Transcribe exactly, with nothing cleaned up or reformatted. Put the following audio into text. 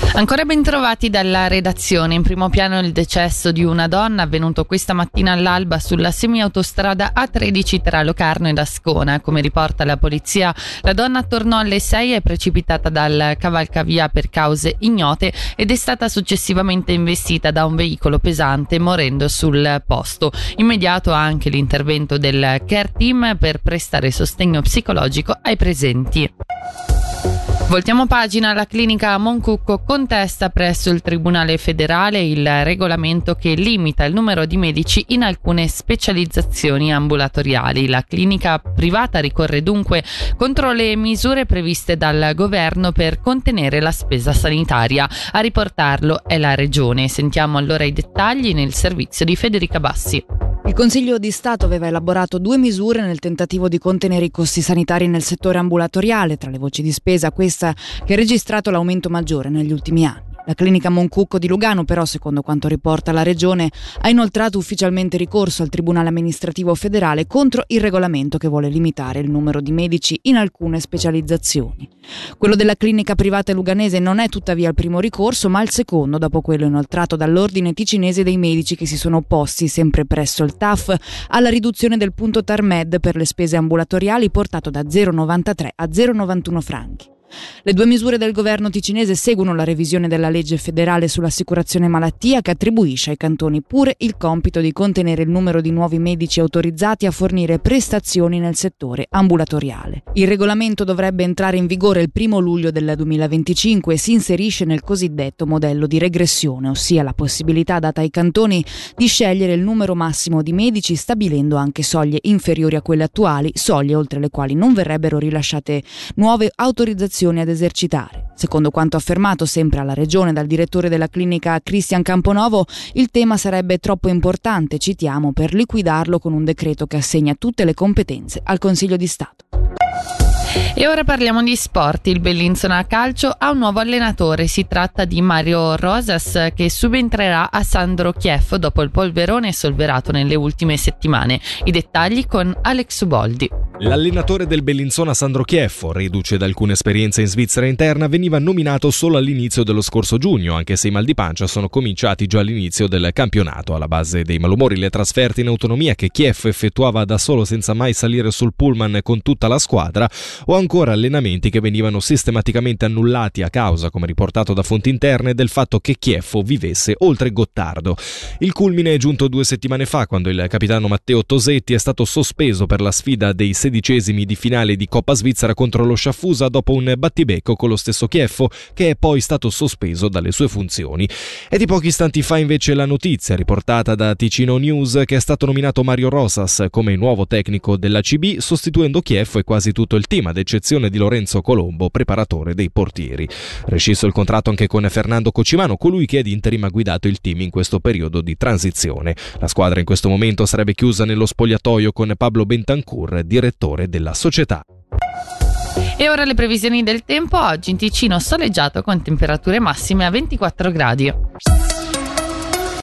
Ancora ben trovati dalla redazione. In primo piano il decesso di una donna avvenuto questa mattina all'alba sulla semiautostrada A tredici tra Locarno ed Ascona. Come riporta la polizia, la donna attorno alle sei è precipitata dal cavalcavia per cause ignote ed è stata successivamente investita da un veicolo pesante, morendo sul posto. Immediato anche l'intervento del care team per prestare sostegno psicologico ai presenti. Voltiamo pagina. La clinica Moncucco contesta presso il Tribunale federale il regolamento che limita il numero di medici in alcune specializzazioni ambulatoriali. La clinica privata ricorre dunque contro le misure previste dal governo per contenere la spesa sanitaria. A riportarlo è la Regione. Sentiamo allora i dettagli nel servizio di Federica Bassi. Il Consiglio di Stato aveva elaborato due misure nel tentativo di contenere i costi sanitari nel settore ambulatoriale. Tra le voci di spesa, questa che ha registrato l'aumento maggiore negli ultimi anni. La clinica Moncucco di Lugano, però, secondo quanto riporta la Regione, ha inoltrato ufficialmente ricorso al Tribunale amministrativo federale contro il regolamento che vuole limitare il numero di medici in alcune specializzazioni. Quello della clinica privata luganese non è tuttavia il primo ricorso, ma il secondo, dopo quello inoltrato dall'Ordine Ticinese dei Medici, che si sono opposti, sempre presso il T A F, alla riduzione del punto TARMED per le spese ambulatoriali portato da zero virgola novantatré a zero virgola novantuno franchi. Le due misure del governo ticinese seguono la revisione della legge federale sull'assicurazione malattia, che attribuisce ai cantoni pure il compito di contenere il numero di nuovi medici autorizzati a fornire prestazioni nel settore ambulatoriale. Il regolamento dovrebbe entrare in vigore il primo luglio del duemilaventicinque e si inserisce nel cosiddetto modello di regressione, ossia la possibilità data ai cantoni di scegliere il numero massimo di medici, stabilendo anche soglie inferiori a quelle attuali, soglie oltre le quali non verrebbero rilasciate nuove autorizzazioni ad esercitare. Secondo quanto affermato sempre alla Regione dal direttore della clinica Cristian Camponovo, il tema sarebbe troppo importante, citiamo, per liquidarlo con un decreto che assegna tutte le competenze al Consiglio di Stato. E ora parliamo di sport. Il Bellinzona Calcio ha un nuovo allenatore. Si tratta di Mario Rosas, che subentrerà a Sandro Chief dopo il polverone solverato nelle ultime settimane. I dettagli con Alex Uboldi. L'allenatore del Bellinzona Sandro Chieffo, reduce da alcune esperienze in Svizzera interna, veniva nominato solo all'inizio dello scorso giugno, anche se i mal di pancia sono cominciati già all'inizio del campionato. Alla base dei malumori le trasferte in autonomia che Chieffo effettuava da solo senza mai salire sul pullman con tutta la squadra, o ancora allenamenti che venivano sistematicamente annullati a causa, come riportato da fonti interne, del fatto che Chieffo vivesse oltre Gottardo. Il culmine è giunto due settimane fa, quando il capitano Matteo Tosetti è stato sospeso per la sfida dei sedicesimi di finale di Coppa Svizzera contro lo Sciaffusa dopo un battibecco con lo stesso Chieffo, che è poi stato sospeso dalle sue funzioni. È di pochi istanti fa invece la notizia riportata da Ticino News che è stato nominato Mario Rosas come nuovo tecnico dell'A C B, sostituendo Chieffo e quasi tutto il team, ad eccezione di Lorenzo Colombo, preparatore dei portieri. Rescisso il contratto anche con Fernando Cocimano, colui che ad interim ha guidato il team in questo periodo di transizione. La squadra in questo momento sarebbe chiusa nello spogliatoio con Pablo Bentancur, direttore della società. E ora le previsioni del tempo. Oggi in Ticino soleggiato con temperature massime a ventiquattro gradi.